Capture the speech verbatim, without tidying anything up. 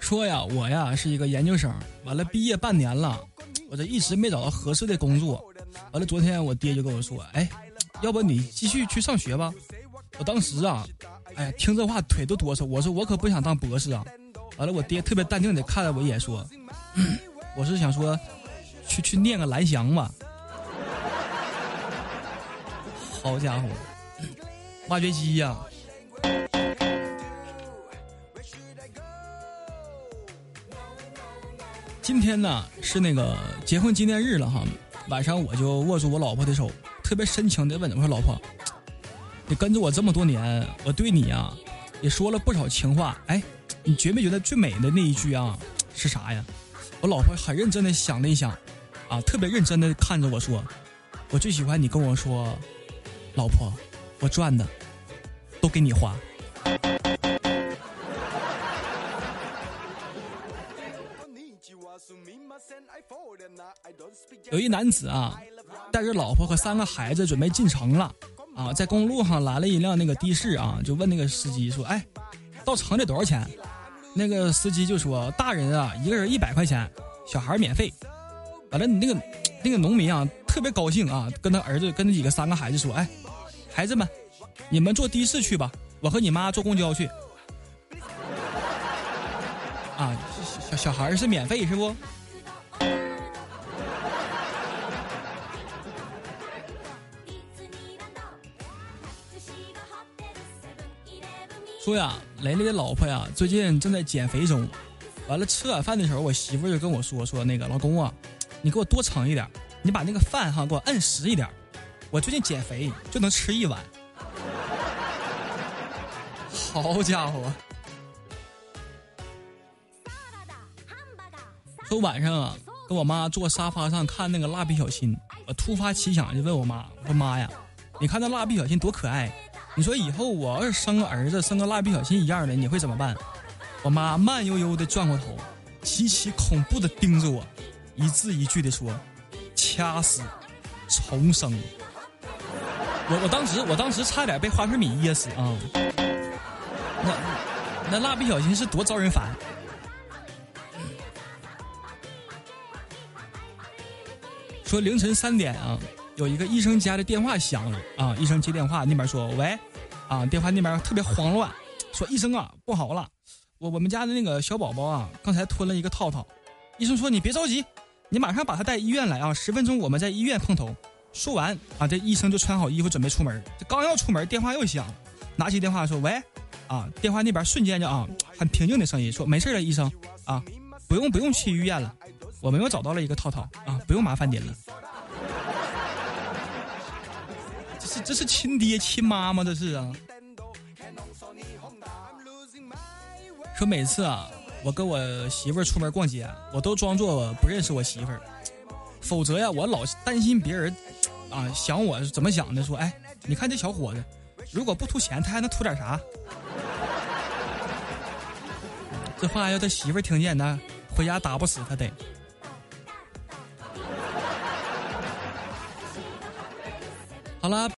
说呀，我呀是一个研究生，完了毕业半年了，我这一直没找到合适的工作。完了，昨天我爹就跟我说，哎，要不你继续去上学吧。我当时啊，哎呀，听这话腿都哆嗦。我说我可不想当博士啊。完了，我爹特别淡定的看了我一眼说，嗯、我是想说，去去念个蓝翔吧。好家伙，挖掘机呀、啊！今天呢是那个结婚纪念日了哈，晚上我就握住我老婆的手，特别深情的问我说：“老婆，你跟着我这么多年，我对你啊也说了不少情话，哎，你觉没觉得最美的那一句啊是啥呀？”我老婆很认真的想了一想，啊，特别认真的看着我说：“我最喜欢你跟我说，老婆，我赚的都给你花。”有一男子啊，带着老婆和三个孩子准备进城了啊，在公路上拦了一辆那个的士啊，就问那个司机说：“哎，到城里多少钱？”那个司机就说：“大人啊，一个人一百块钱，小孩免费。”完了，那个那个农民啊，特别高兴啊，跟他儿子跟那几个三个孩子说：“哎，孩子们，你们坐的士去吧，我和你妈坐公交去。”啊，小小孩是免费是不？说呀，雷雷的老婆呀，最近正在减肥中。完了，吃晚饭的时候，我媳妇就跟我说说那个老公啊，你给我多盛一点，你把那个饭哈给我摁实一点，我最近减肥就能吃一碗。好家伙！说晚上啊，跟我妈坐沙发上看那个蜡笔小新，我突发奇想就问我妈，我说妈呀，你看那蜡笔小新多可爱，你说以后我要是生个儿子，生个蜡笔小新一样的，你会怎么办？我妈慢悠悠的转过头，极其恐怖的盯着我，一字一句的说：“掐死，重生。”我我当时我当时差点被花生米噎死啊！那那蜡笔小新是多招人烦。说凌晨三点啊，有一个医生家的电话响了啊，医生接电话那边说：“喂，啊，电话那边特别慌乱，说医生啊，不好了，我我们家的那个小宝宝啊，刚才吞了一个套套。”医生说：“你别着急，你马上把他带医院来啊，十分钟我们在医院碰头。”说完啊，这医生就穿好衣服准备出门，这刚要出门，电话又响，拿起电话说：“喂，啊，电话那边瞬间就啊，很平静的声音说：没事了，医生啊，不用不用去医院了。”我们又找到了一个套套啊，不用麻烦您了。这是这是亲爹亲妈吗？这是啊。说每次啊，我跟我媳妇儿出门逛街，我都装作我不认识我媳妇儿，否则呀，我老担心别人啊想我怎么想的。说，哎，你看这小伙子，如果不图钱，他还能图点啥？这话要他媳妇儿听见，那回家打不死他得。好了。